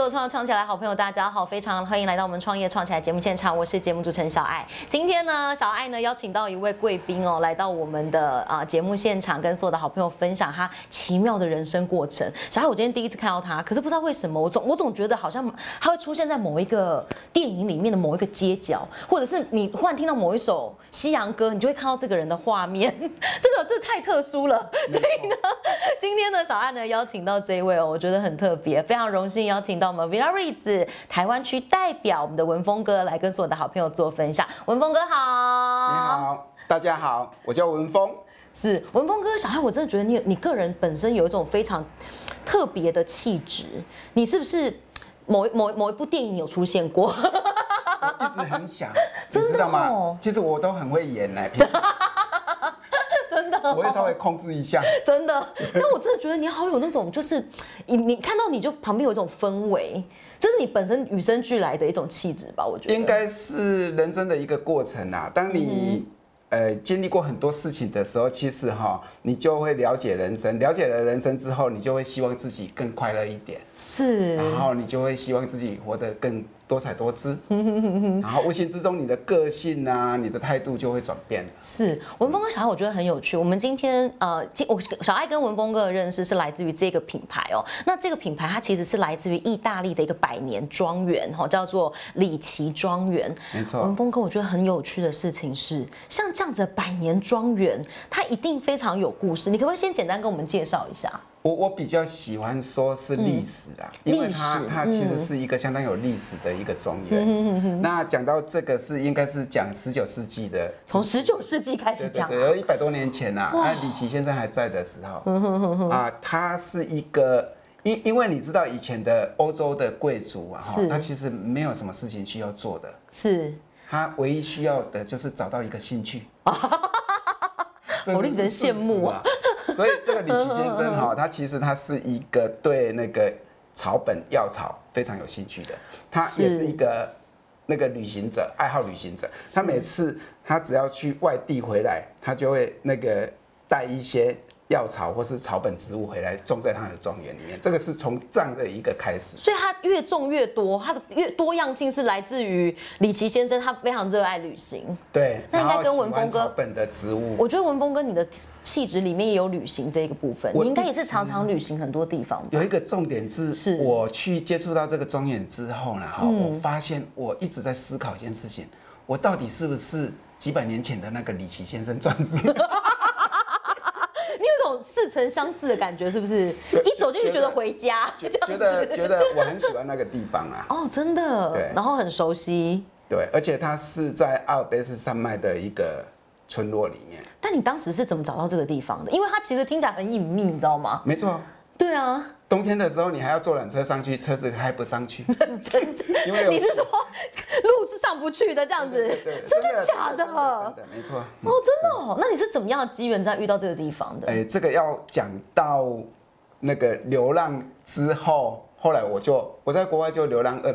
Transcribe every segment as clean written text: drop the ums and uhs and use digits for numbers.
有创起来，好朋友大家好，非常欢迎来到我们创业创起来节目现场，我是节目主持人小爱。今天呢，小爱呢邀请到一位贵宾哦，来到我们的节目现场，跟所有的好朋友分享他奇妙的人生过程。小爱，我今天第一次看到他，可是不知道为什么，我总觉得好像他会出现在某一个电影里面的某一个街角，或者是你忽然听到某一首西洋歌，你就会看到这个人的画面。这太特殊了，所以呢，今天呢，小爱呢邀请到这一位哦，我觉得很特别，非常荣幸邀请到我们 Villa Reitz 台湾区代表我们的文峰哥来跟所有的好朋友做分享。文峰哥好， 你好，大家好，我叫文峰。 是文峰哥，小爱，我真的觉得你个人本身有一种非常特别的气质，你是不是某一部电影有出现过？ 我一直很想， 真的哦， 你知道吗？其实我都很会演哎， 真的， 我会稍微控制一下。 真的，但我真的觉得你好有那种，就是你看到你就旁边有一种氛围，这是你本身与生俱来的一种气质吧？我觉得应该是人生的一个过程啊。当你经历过很多事情的时候，其实你就会了解人生，了解了人生之后，你就会希望自己更快乐一点， 是， 然后你就会希望自己活得更多彩多姿，然后无形之中你的个性啊，你的态度就会转变了。 是文峰哥小爱，我觉得很有趣。我们今天小爱跟文峰哥的认识是来自于这个品牌哦。那这个品牌它其实是来自于意大利的一个100年庄园，叫做里奇庄园。 没错。 文峰哥，我觉得很有趣的事情是，像这样子的100年庄园，它一定非常有故事。你可不可以先简单跟我们介绍一下？ 我比较喜欢说是历史啦，因为它其实是一个相当有历史的一个庄园。那讲到这个应该是讲19世纪的， 从19世纪开始讲， 对，有100多年前呐，里奇先生还在的时候，他是一个，因为你知道以前的欧洲的贵族啊，他其实没有什么事情需要做的， 是， 他唯一需要的就是找到一个兴趣， 好令人羡慕啊。 所以这个里奇先生他其实他是一个对那个草本药草非常有兴趣的，他也是一个那个旅行者，爱好旅行者。他每次他只要去外地回来，他就会那个带一些药草或是草本植物回来种在他的庄园里面，这个是从这样的一个开始。 所以他越种越多，他的越多样性是来自于里奇先生，他非常热爱旅行。 对， 那应该跟文峰哥草本的植物， 我觉得文峰哥你的气质里面也有旅行这个部分，你应该也是常常旅行很多地方吧。 有一个重点是，我去接触到这个庄园之后呢，我发现我一直在思考一件事情，我到底是不是几百年前的那个里奇先生传记？ 你有种似曾相识的感觉，是不是？一走进去觉得回家， 觉得我很喜欢那个地方啊。 哦，真的。对，然后很熟悉。 对，而且它是在阿尔卑斯山脉的一个村落里面。 但你当时是怎么找到这个地方的？因为它其实听起来很隐秘，你知道吗？ 没错。 对啊。 冬天的时候，你还要坐缆车上去，车子开不上去。 真因为你是说路是上不去的这样子？ 对， 真的假的？ 真的，没错。 哦，真的哦。那你是怎么样的机缘才遇到这个地方的？ 这个要讲到那个流浪之后，后来我在国外就流浪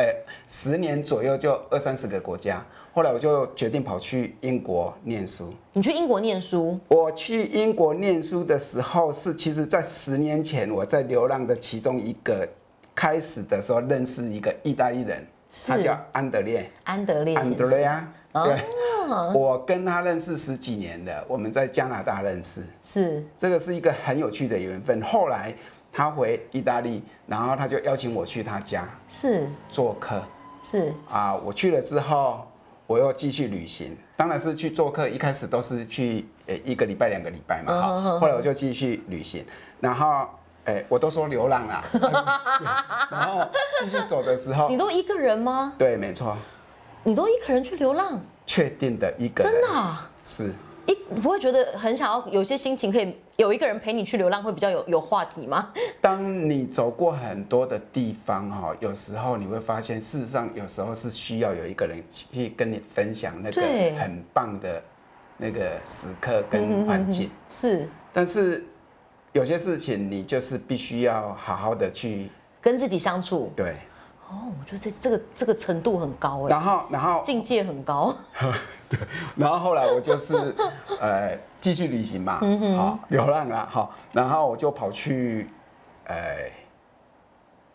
10年左右，就20-30个国家。后来我就决定跑去英国念书。 你去英国念书？ 我去英国念书的时候其实在10年前，我在流浪的其中一个开始的时候认识一个意大利人，他叫安德烈。 安德烈啊，对，我跟他认识10几年了，我们在加拿大认识。 是， 这个是一个很有趣的缘分。后来他回意大利，然后他就邀请我去他家做客。 是啊，我去了之后。我又继续旅行，当然是去做客。一开始都是去1个礼拜、2个礼拜嘛，后来我就继续旅行，然后我都说流浪啦，然后继续走的时候， 你都一个人吗？ 对，没错。 你都一个人去流浪？ 确定的一个人。 真的啊？ 是。 你不会觉得很想要有些心情可以有一个人陪你去流浪，会比较有话题吗？ 当你走过很多的地方有时候你会发现，事实上有时候是需要有一个人去跟你分享那个很棒的那个时刻跟环境。 是。但是有些事情你就是必须要好好的去跟自己相处。 对。 哦，我觉得这个程度很高然后境界很高。 对，然后后来我就是继续旅行嘛，流浪啦，然后我就跑去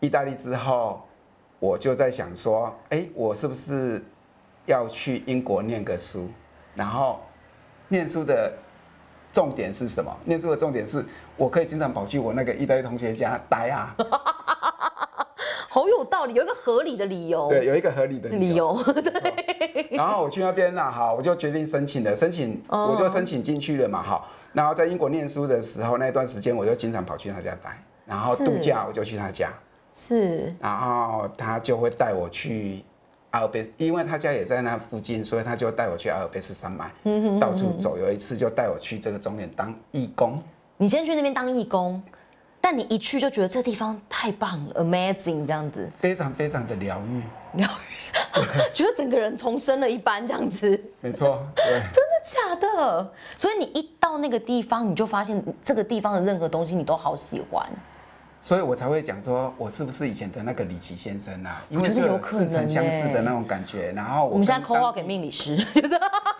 意大利之后，我就在想说，我是不是要去英国念个书？然后念书的重点是什么？念书的重点是我可以经常跑去我那个意大利同学家待啊。 好有道理，有一个合理的理由。 对，有一个合理的理由。 对。 然后我去那边啦，好，我就决定申请了，我就申请进去了嘛，好。然后在英国念书的时候，那段时间我就经常跑去他家待，然后度假我就去他家。 是。 然后他就会带我去阿尔卑，因为他家也在那附近，所以他就带我去阿尔卑斯山脉，到处走。有一次就带我去这个庄园当义工。 你先去那边当义工？但你一去就觉得这地方太棒了 ，amazing 这样子， 非常非常的疗愈， 觉得整个人重生了一般这样子。 没错，对， 真的假的？所以你一到那个地方，你就发现这个地方的任何东西你都好喜欢， 所以我才会讲说，我是不是以前的那个李奇先生啊？因为就有似曾相识的那种感觉。然后我们现在call号给命理师，就是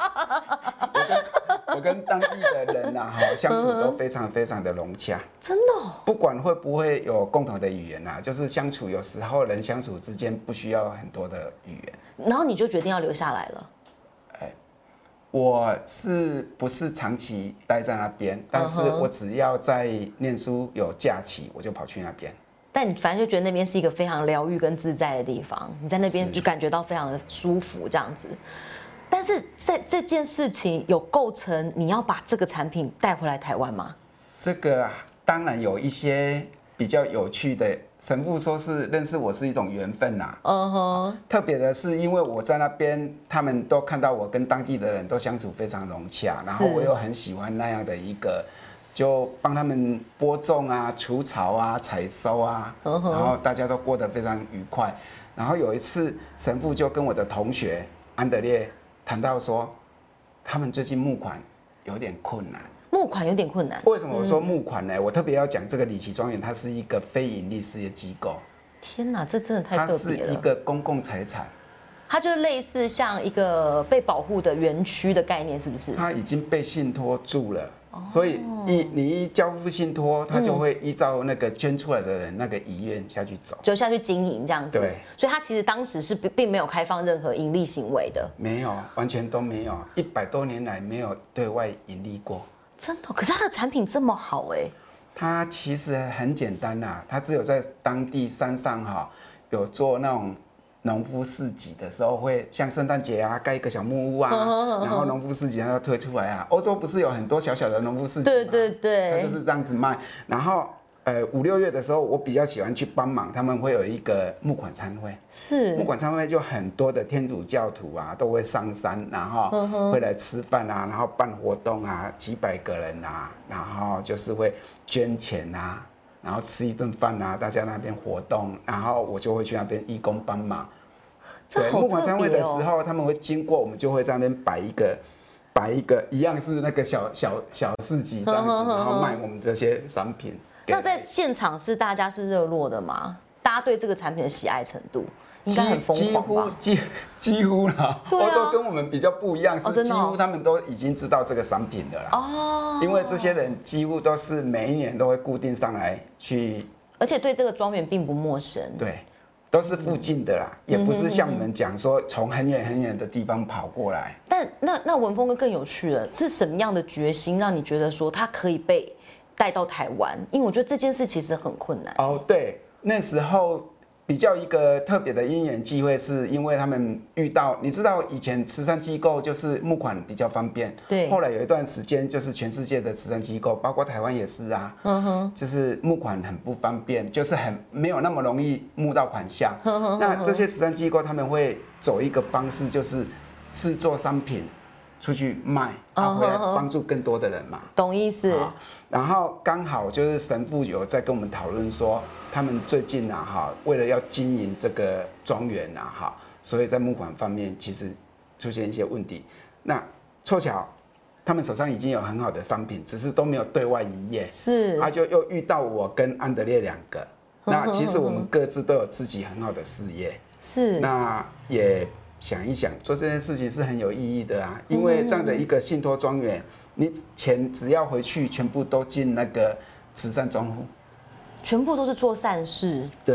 我跟当地的人啊，相处都非常非常的融洽。 真的哦？ 不管会不会有共同的语言啊，就是相处有时候人相处之间不需要很多的语言。 然后你就决定要留下来了。 我是不是长期待在那边？但是我只要在念书有假期，我就跑去那边。 但你反正就觉得那边是一个非常疗愈跟自在的地方，你在那边就感觉到非常的舒服这样子。但是在这件事情有构成你要把这个产品带回来台湾吗？ 这个当然有一些比较有趣的。神父说是认识我是一种缘分呐。特别的是因为我在那边，他们都看到我跟当地的人都相处非常融洽，然后我又很喜欢那样的一个，就帮他们播种啊、除草啊、采收啊，然后大家都过得非常愉快。然后有一次，神父就跟我的同学安德烈谈到说，他们最近募款有点困难。 募款有点困难。 为什么我说募款呢？我特别要讲这个李奇庄园，它是一个非营利事业机构。 天哪，这真的太特别了。 它是一个公共财产， 它就类似像一个被保护的园区的概念，是不是？ 它已经被信托住了，所以你一交付信托，它就会依照那个捐出来的人那个遗愿下去走， 就下去经营这样子。 对， 所以它其实当时是并没有开放任何盈利行为的， 没有，完全都没有，100多年来没有对外盈利过。 真的？可是它的产品这么好哎。 它其实很简单啦，它只有在当地山上有做那种农夫市集的时候，会像圣诞节啊盖一个小木屋啊，然后农夫市集它要推出来啊。欧洲不是有很多小小的农夫市集吗？ 对对对， 它就是这样子卖。然后5、6月的时候，我比较喜欢去帮忙，他们会有一个募款餐会。 是募款餐会就很多的天主教徒啊都会上山，然后会来吃饭啊，然后办活动啊，几百个人啊，然后就是会捐钱啊，然后吃一顿饭啊，大家那边活动，然后我就会去那边义工帮忙。 对， 募款餐会的时候，他们会经过，我们就会在那边摆一个一样是那个小市集这样子，然后卖我们这些商品。 那在现场是大家是热络的吗？大家对这个产品的喜爱程度应该很疯狂吧？ 几乎啦。欧洲跟我们比较不一样，是几乎他们都已经知道这个商品的啦。哦。因为这些人几乎都是每一年都会固定上来去， 而且对这个庄园并不陌生。 对，都是附近的啦，也不是像我们讲说从很远很远的地方跑过来。 但那文峰哥更有趣了，是什么样的决心让你觉得说他可以被带到台湾？因为我觉得这件事其实很困难。 哦，对，那时候比较一个特别的因缘际会，是因为他们遇到，你知道以前慈善机构就是募款比较方便， 对。后来有一段时间，就是全世界的慈善机构，包括台湾也是啊，就是募款很不方便，就是很没有那么容易募到款项。那这些慈善机构他们会走一个方式，就是制作商品出去卖，然后回来帮助更多的人嘛。 懂意思。 然后刚好就是神父有在跟我们讨论说，他们最近为了要经营这个庄园所以在募款方面其实出现一些问题。那凑巧他们手上已经有很好的商品，只是都没有对外营业。 是。 就又遇到我跟安德烈2个，那其实我们各自都有自己很好的事业。 是。 那也想一想，做这件事情是很有意义的啊，因为这样的一个信托庄园。你钱只要回去，全部都进那个慈善专户， 全部都是做善事。 对，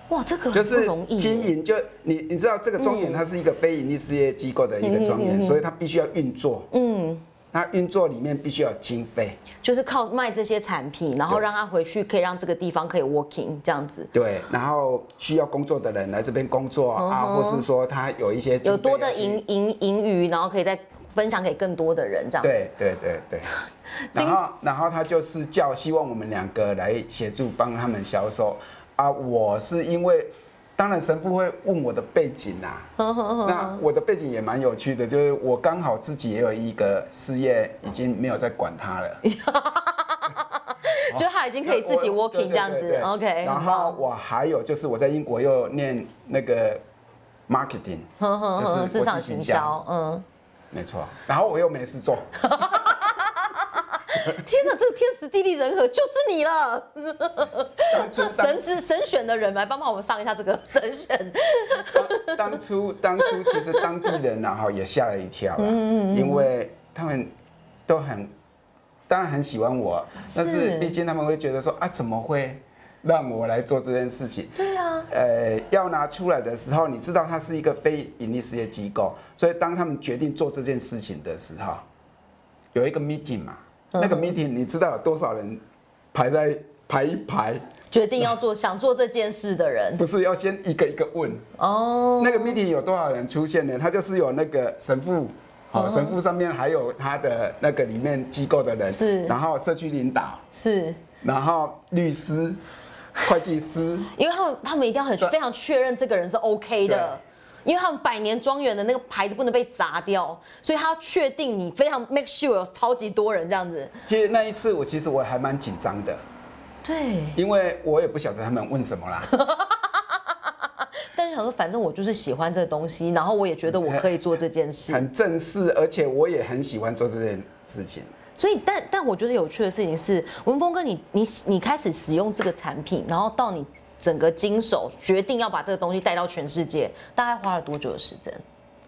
哇，这个很就是不容易经营，就你知道这个庄园它是一个非营利事业机构的一个庄园，所以它必须要运作。那运作里面必须要有经费， 就是靠卖这些产品，然后让他回去可以让这个地方可以 working 这样子。 对，然后需要工作的人来这边工作啊，或是说他有一些有多的盈余，然后可以再分享给更多的人这样子。 对。然后他就是希望我们2个来协助帮他们销售啊。我是因为。当然，神父会问我的背景啊，那我的背景也蛮有趣的，就是我刚好自己也有一个事业，已经没有在管它了， 就他已经可以自己 working 这样子 ，OK。 然后我还有就是我在英国又念那个 marketing， 就是市场行销， 没错。然后我又没事做。 天哪，这个天时地利人和就是你了，神选的人来帮我们上一下这个神选。 当初其实当地人啊也吓了一跳啦，因为他们都当然很喜欢我，但是毕竟他们会觉得说啊，怎么会让我来做这件事情？ 对啊， 要拿出来的时候，你知道它是一个非营利事业机构，所以当他们决定做这件事情的时候，有一个 meeting 嘛。那个 meeting 你知道有多少人排一排， 决定要想做这件事的人， 不是要先一个一个问哦。那个 meeting 有多少人出现呢？他就是有那个神父，神父上面还有他的那个里面机构的人， 是， 然后社区领导是， 然后律师、会计师， 因为他们一定要非常确认这个人是 OK 的。因为他们100年庄园的那个牌子不能被砸掉，所以他要确定你非常 make sure 有超级多人这样子。 其实那一次我还蛮紧张的， 对， 因为我也不晓得他们问什么啦。 但是想说，反正我就是喜欢这个东西，然后我也觉得我可以做这件事， 很正式，而且我也很喜欢做这件事情。 所以，但我觉得有趣的事情是，文峰哥，你开始使用这个产品，然后到你整个经手决定要把这个东西带到全世界，大概花了多久的时间？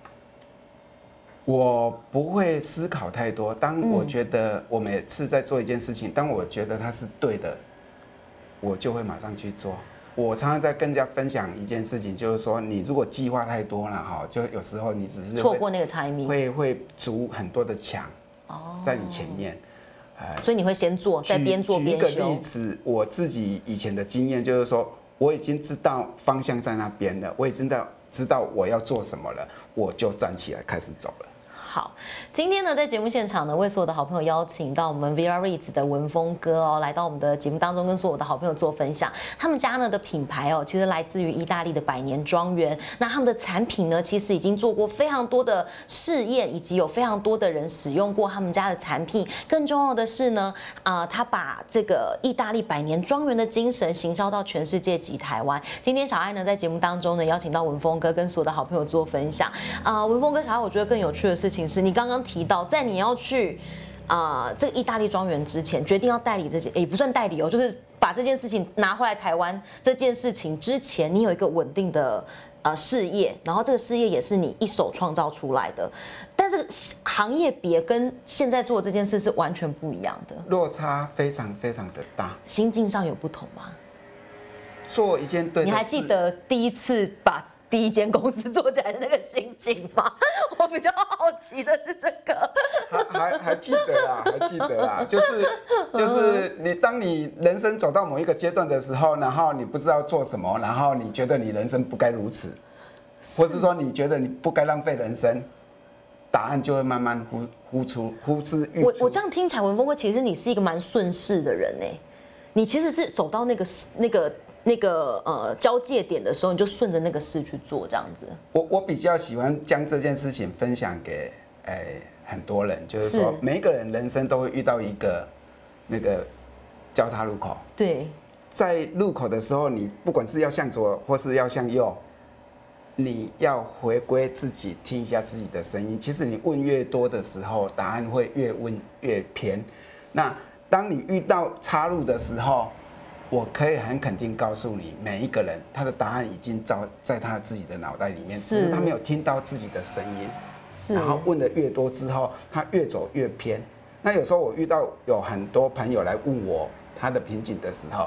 我不会思考太多。当我觉得我每次在做一件事情，当我觉得它是对的，我就会马上去做。我常常在跟人家分享一件事情，就是说，你如果计划太多了哈，就有时候你只是错过那个 timing， 会筑很多的墙在你前面。 所以你会先做，再边做边修。 举一个例子，我自己以前的经验就是说，我已经知道方向在那边了，我已经知道我要做什么了，我就站起来开始走了。 好，今天呢，在节目现场呢，为所有的好朋友邀请到我们 Villa Reeds 的文峰哥哦，来到我们的节目当中，跟所有的好朋友做分享。他们家呢的品牌哦，其实来自于意大利的100年庄园。那他们的产品呢，其实已经做过非常多的试验，以及有非常多的人使用过他们家的产品。更重要的是呢，他把这个意大利100年庄园的精神行销到全世界及台湾。今天小爱呢，在节目当中呢，邀请到文峰哥跟所有的好朋友做分享。文峰哥，小爱，我觉得更有趣的事情是你刚刚提到，在你要去这个意大利庄园之前，决定要代理这件，也不算代理哦，就是把这件事情拿回来台湾这件事情之前，你有一个稳定的事业，然后这个事业也是你一手创造出来的，但是行业别跟现在做的这件事是完全不一样的， 落差非常非常的大， 心境上有不同吗？ 做一件对的事， 你还记得第一次把第一间公司做起来的那个心境吗？我比较好奇的是这个。 还记得啦，还记得啦，就是你当你人生走到某一个阶段的时候，然后你不知道做什么，然后你觉得你人生不该如此，或是说你觉得你不该浪费人生，答案就会慢慢呼之欲出。 我这样听起来，文峰哥其实你是一个蛮顺势的人哎，你其实是走到那个交界点的时候，你就顺着那个事去做，这样子。 我比较喜欢将这件事情分享给很多人，就是说每一个人人生都会遇到一个那个交叉路口。 对， 在路口的时候，你不管是要向左或是要向右，你要回归自己，听一下自己的声音。其实你问越多的时候，答案会越问越偏。那当你遇到岔路的时候，我可以很肯定告诉你，每一个人他的答案已经在他自己的脑袋里面，只是他没有听到自己的声音。然后问的越多之后，他越走越偏。那有时候我遇到有很多朋友来问我他的瓶颈的时候，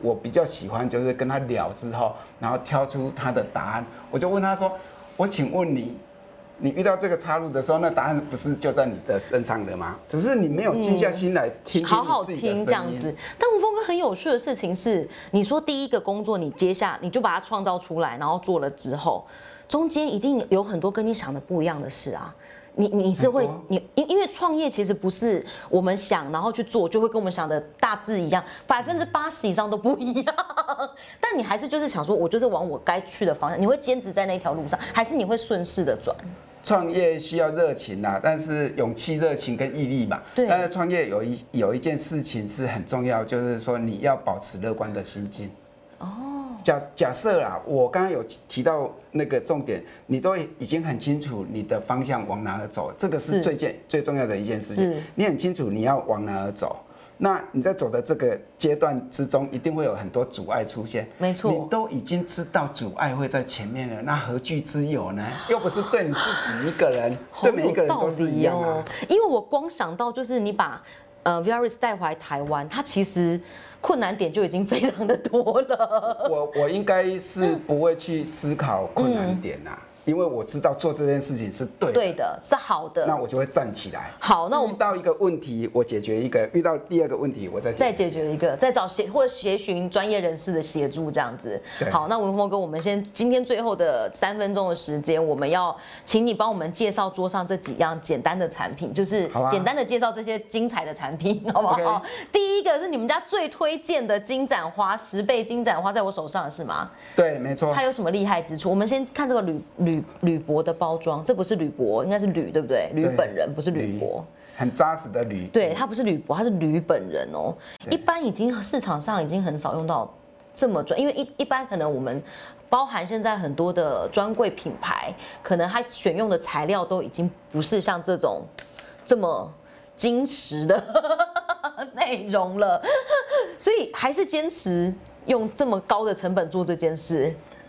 我比较喜欢就是跟他聊之后，然后挑出他的答案。我就问他说：“我请问你遇到这个岔路的时候，那答案不是就在你的身上了吗？只是你没有静下心来听听好好你自己的声音听这样子。但吴峰哥很有趣的事情是，你说第一个工作你接下你就把它创造出来，然后做了之后，中间一定有很多跟你想的不一样的事啊。你是会因为创业其实不是我们想然后去做就会跟我们想的大致一样，80%以上都不一样。但你还是就是想说，我就是往我该去的方向，你会坚持在那条路上，还是你会顺势的转？ 创业需要热情啦，但是勇气、热情跟毅力嘛。 对。 但是创业有一件事情是很重要，就是说你要保持乐观的心境。哦。假设啦，我刚刚有提到那个重点，你都已经很清楚你的方向往哪儿走，这个是最重要的一件事情。你很清楚你要往哪儿走，那你在走的这个阶段之中，一定会有很多阻碍出现。 没错， 你都已经知道阻碍会在前面了，那何惧之有呢？又不是对你自己一个人，对每一个人都是一样啊。 因为我光想到就是你把VRRIS 带回来台湾，它其实困难点就已经非常的多了。 我应该是不会去思考困难点啊。因为我知道做这件事情是对的， 是好的， 那我就会站起来。 好，那我们遇到一个问题，我解决一个；遇到第二个问题，我再解决一个，再找或者协寻专业人士的协助，这样子。好，那文峰哥，我们今天最后的3分钟的时间，我们要请你帮我们介绍桌上这几样简单的产品，就是简单的介绍这些精彩的产品，好不好？第一个是你们家最推荐的金盏花，10倍金盏花，在我手上是吗？ 对，没错。 它有什么厉害之处？我们先看这个铝箔的包装，这不是铝箔，应该是铝，对不对？铝本人不是铝箔， 很扎实的铝。 对，它不是铝箔，它是铝本人哦。一般市场上已经很少用到这么专，因为一般可能我们包含现在很多的专柜品牌，可能它选用的材料都已经不是像这么精实的内容了，所以还是坚持用这么高的成本做这件事。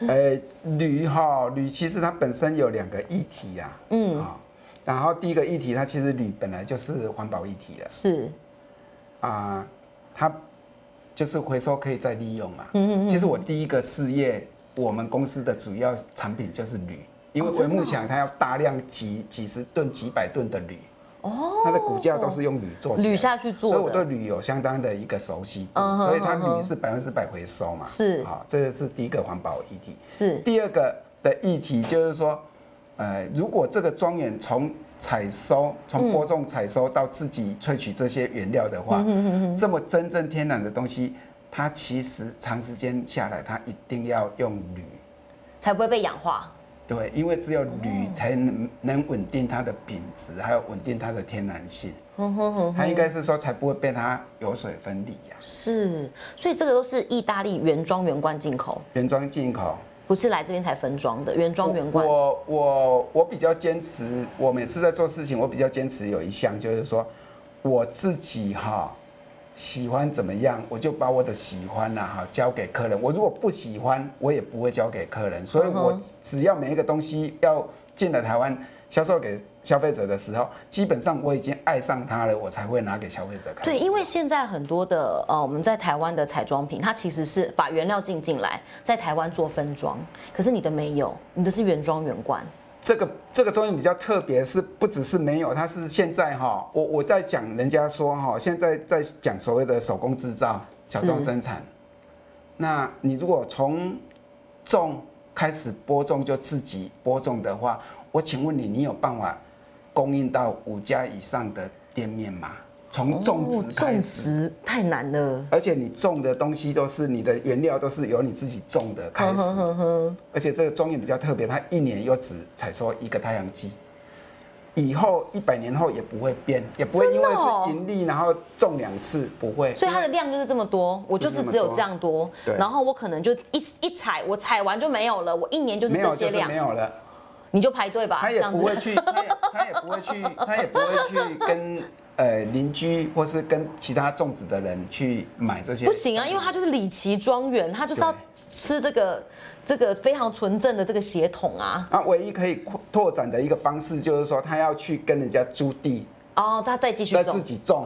铝其实它本身有2个议题啊，然后第一个议题，它其实铝本来就是环保议题了， 是它就是回收可以再利用嘛。其实我第一个事业，我们公司的主要产品就是铝，因为潍木墙它要大量几十吨、几百吨的铝。它的骨架都是用铝做， 铝下去做的， 所以我对铝有相当的一个熟悉度，所以它铝是100%回收嘛， 是， 好，这是第一个环保议题。 是， 第二个的议题就是说，如果这个庄园从播种采收到自己萃取这些原料的话，这么真正天然的东西，它其实长时间下来，它一定要用铝， 才不会被氧化。 对，因为只有铝才能稳定它的品质，还有稳定它的天然性。它应该是说才不会被它油水分离呀。 是，所以这个都是意大利原装原罐进口。 原装进口， 不是来这边才分装的，原装原罐。 我比较坚持，我每次在做事情，我比较坚持有一项就是说，我自己喜欢怎么样，我就把我的喜欢交给客人。我如果不喜欢，我也不会交给客人。所以我只要每一个东西要进了台湾销售给消费者的时候，基本上我已经爱上它了，我才会拿给消费者看。 对，因为现在很多的我们在台湾的彩妆品，它其实是把原料进来，在台湾做分装，可是你的没有，你的是原装原罐。 这个东西比较特别，是不只是没有，它是现在我在讲，人家说现在在讲所谓的手工制造、小众生产。那你如果从种开始播种就自己播种的话，我请问你有办法供应到5家以上的店面吗？从种植开始， 种植太难了， 而且你种的东西都是你的原料都是由你自己种的开始，而且这个庄园比较特别，它1年又只采收1个太阳季，以后100年后也不会变，也不会因为是盈利然后种2次，不会。 所以它的量就是这么多，我就是只有这样多，然后我可能就一采，我采完就没有了，我1年就是这些量， 没有了， 你就排队吧。 他也不会去，他也不会去跟。邻居或是跟其他种植的人去买这些， 不行啊，因为他就是李奇庄园，他就是要吃这个非常纯正的这个血统啊。 唯一可以拓展的一个方式就是说，他要去跟人家租地， 他再继续种， 自己种，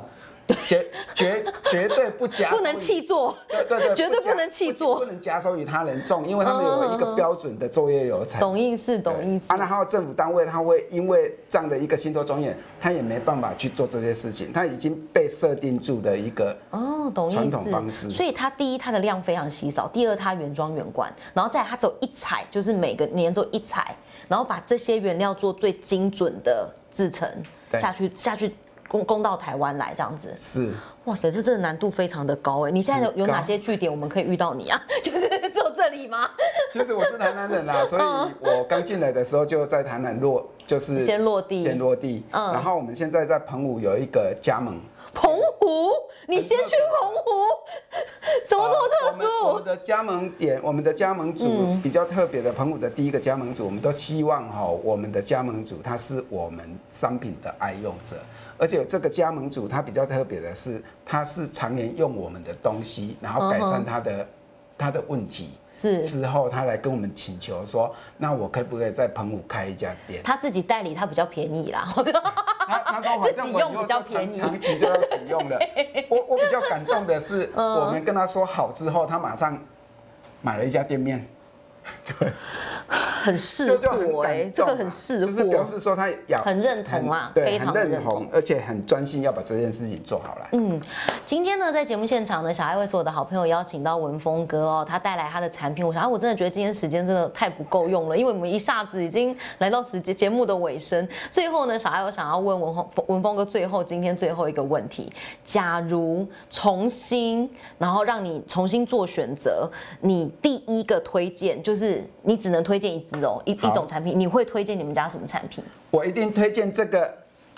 绝对不加， 不能弃作， 对， 绝对不能弃作， 不能假手于他人种，因为他们有一个标准的作业流程。 懂意思，懂意思。 然后政府单位他会因为这样的一个信托专员，他也没办法去做这些事情，他已经被设定住的一个传统方式。 所以它第一，它的量非常稀少；第二，它原装原罐，然后再来它只有一采，就是每个年只有一采，然后把这些原料做最精准的制成下去。供到台湾来这样子是， 哇塞，这真的难度非常的高哎！你现在有哪些据点我们可以遇到你啊？就是只有这里吗？ 其实我是台南人啦，所以我刚进来的时候就在台南就是先落地， 然后我们现在在澎湖有一个加盟。 澎湖，你先去澎湖，怎么这么特殊？ 我们的加盟点，我们的加盟组比较特别的，澎湖的第一个加盟组，我们都希望我们的加盟组他是我们商品的爱用者，而且这个加盟组他比较特别的是，他是常年用我们的东西，然后改善他的问题。是之后，他来跟我们请求说，那我可不可以在澎湖开一家店？ 他自己代理，他比较便宜啦。 他说反正我以后长期就要使用了。我比较感动的是，我们跟他说好之后，他马上买了一家店面。对， 很识货哎，这个很识货， 就是表示说他很认同啦， 对， 非常很认同，而且很专心要把这件事情做好来。 今天呢，在节目现场呢，小爱为所有的好朋友邀请到文峰哥哦，他带来他的产品。我真的觉得今天时间真的太不够用了，因为我们一下子已经来到节目的尾声。最后呢，小爱我想要问文峰哥今天最后一个问题：假如然后让你重新做选择，你第一个推荐就是你只能推荐一支一种产品，你会推荐你们家什么产品？ 我一定推荐这个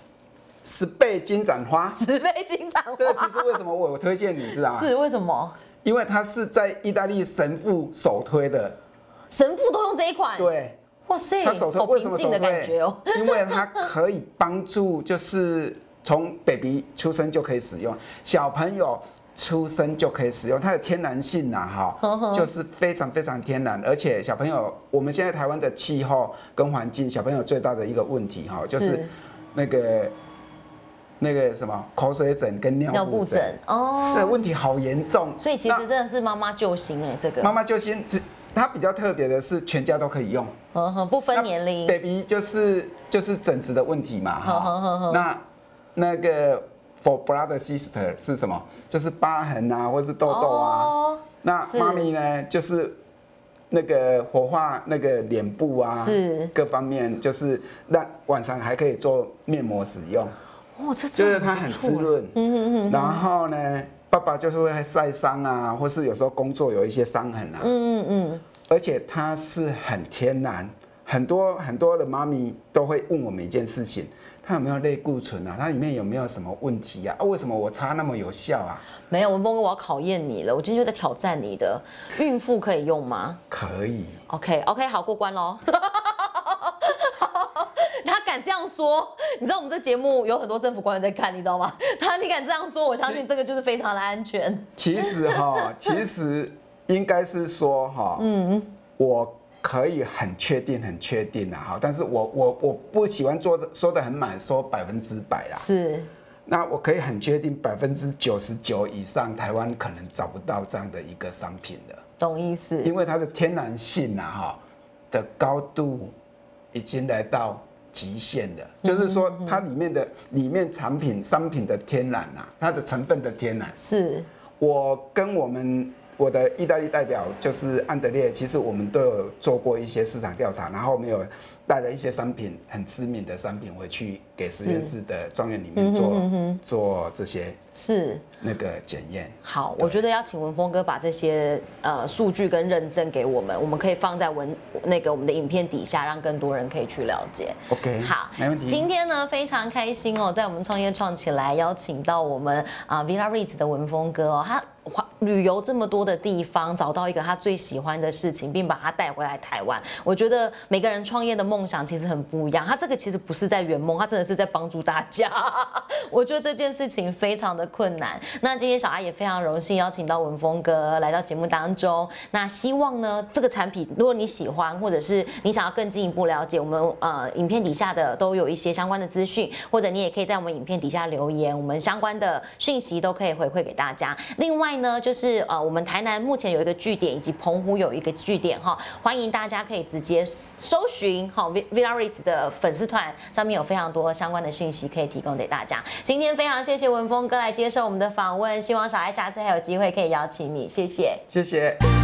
10倍金盏花。 10倍金盏花， 这个其实为什么我推荐你知道吗？ 是为什么？ 因为它是在意大利神父首推的， 神父都用这一款。 对， 哇塞， 他首推为什么首推？ 的感觉哦， 因为它可以帮助，就是从 baby 出生就可以使用，小朋友出生就可以使用，它的天然性呐，就是非常非常天然，而且小朋友，我们现在台湾的气候跟环境，小朋友最大的一个问题就是那个什么口水疹跟尿布疹哦，这个问题好严重， 所以其实真的是妈妈救星哎，这个妈妈救星，它比较特别的是全家都可以用， 不分年龄 ，baby 就是疹子的问题嘛，那个 for brother sister 是什么？就是疤痕啊，或是痘痘啊。那妈咪呢，就是那个活化那个脸部啊，各方面就是让晚上还可以做面膜使用。就是它很滋润。然后呢，爸爸就是会晒伤啊，或是有时候工作有一些伤痕啊。而且它是很天然，很多的妈咪都会问我们一件事情。它有没有类固醇啊？它里面有没有什么问题啊？为什么我擦那么有效啊？ 没有，文峰哥，我要考验你了。我今天就在挑战你的，孕妇可以用吗？ 可以。 OK， 好，过关喽。他敢这样说，你知道我们这节目有很多政府官员在看，你知道吗？你敢这样说，我相信这个就是非常的安全。 其实应该是说我可以很确定啦，但是我不喜欢说的很满，说100%啦。是，那我可以很确定99%以上台湾可能找不到这样的一个商品的。 懂意思？因为它的天然性的高度已经来到极限了，就是说它里面商品的天然它的成分的天然。是，我跟我的意大利代表就是安德烈，其实我们都有做过一些市场调查，然后我们有带了一些商品很知名的商品回去给实验室的庄园里面做这些那个检验。好， 我觉得要请文峰哥把这些数据跟认证给我们，我们可以放在我们的影片底下，让更多人可以去了解。 OK， 好， 没问题。 今天呢非常开心在我们创业创起来邀请到我们Villa Reeds 的文峰哥他旅游这么多的地方，找到一个他最喜欢的事情，并把它带回来台湾。我觉得每个人创业的梦想其实很不一样，他这个其实不是在圆梦，他真的是在帮助大家。我觉得这件事情非常的困难。那今天小爱也非常荣幸邀请到文峰哥来到节目当中。那希望呢，这个产品如果你喜欢，或者是你想要更进一步了解，我们影片底下的都有一些相关的资讯，或者你也可以在我们影片底下留言，我们相关的讯息都可以回馈给大家。另外呢，就是我们台南目前有一个据点，以及澎湖有一个据点哈，欢迎大家可以直接搜寻哈 Villa Ritz 的粉丝团，上面有非常多相关的讯息可以提供给大家。今天非常谢谢文峰哥来接受我们的访问，希望小爱下次还有机会可以邀请你，谢谢， 谢谢。